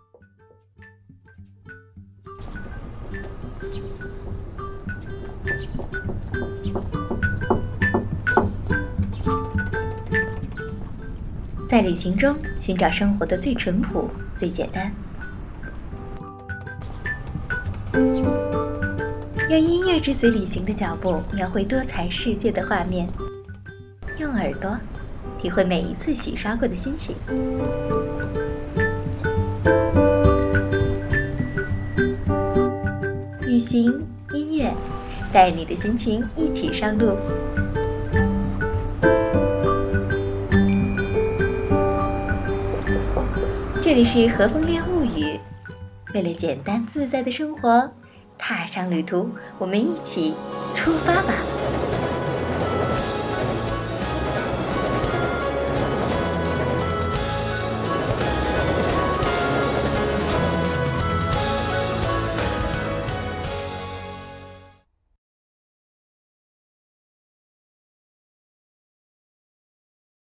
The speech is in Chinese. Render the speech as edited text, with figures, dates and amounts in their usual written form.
在旅行中寻找生活的最淳朴、最简单，让音乐追随旅行的脚步，描绘多彩世界的画面。用耳朵体会每一次洗刷过的心情。旅行音乐，带你的心情一起上路。这里是和风恋物语，为了简单自在的生活，踏上旅途，我们一起出发吧。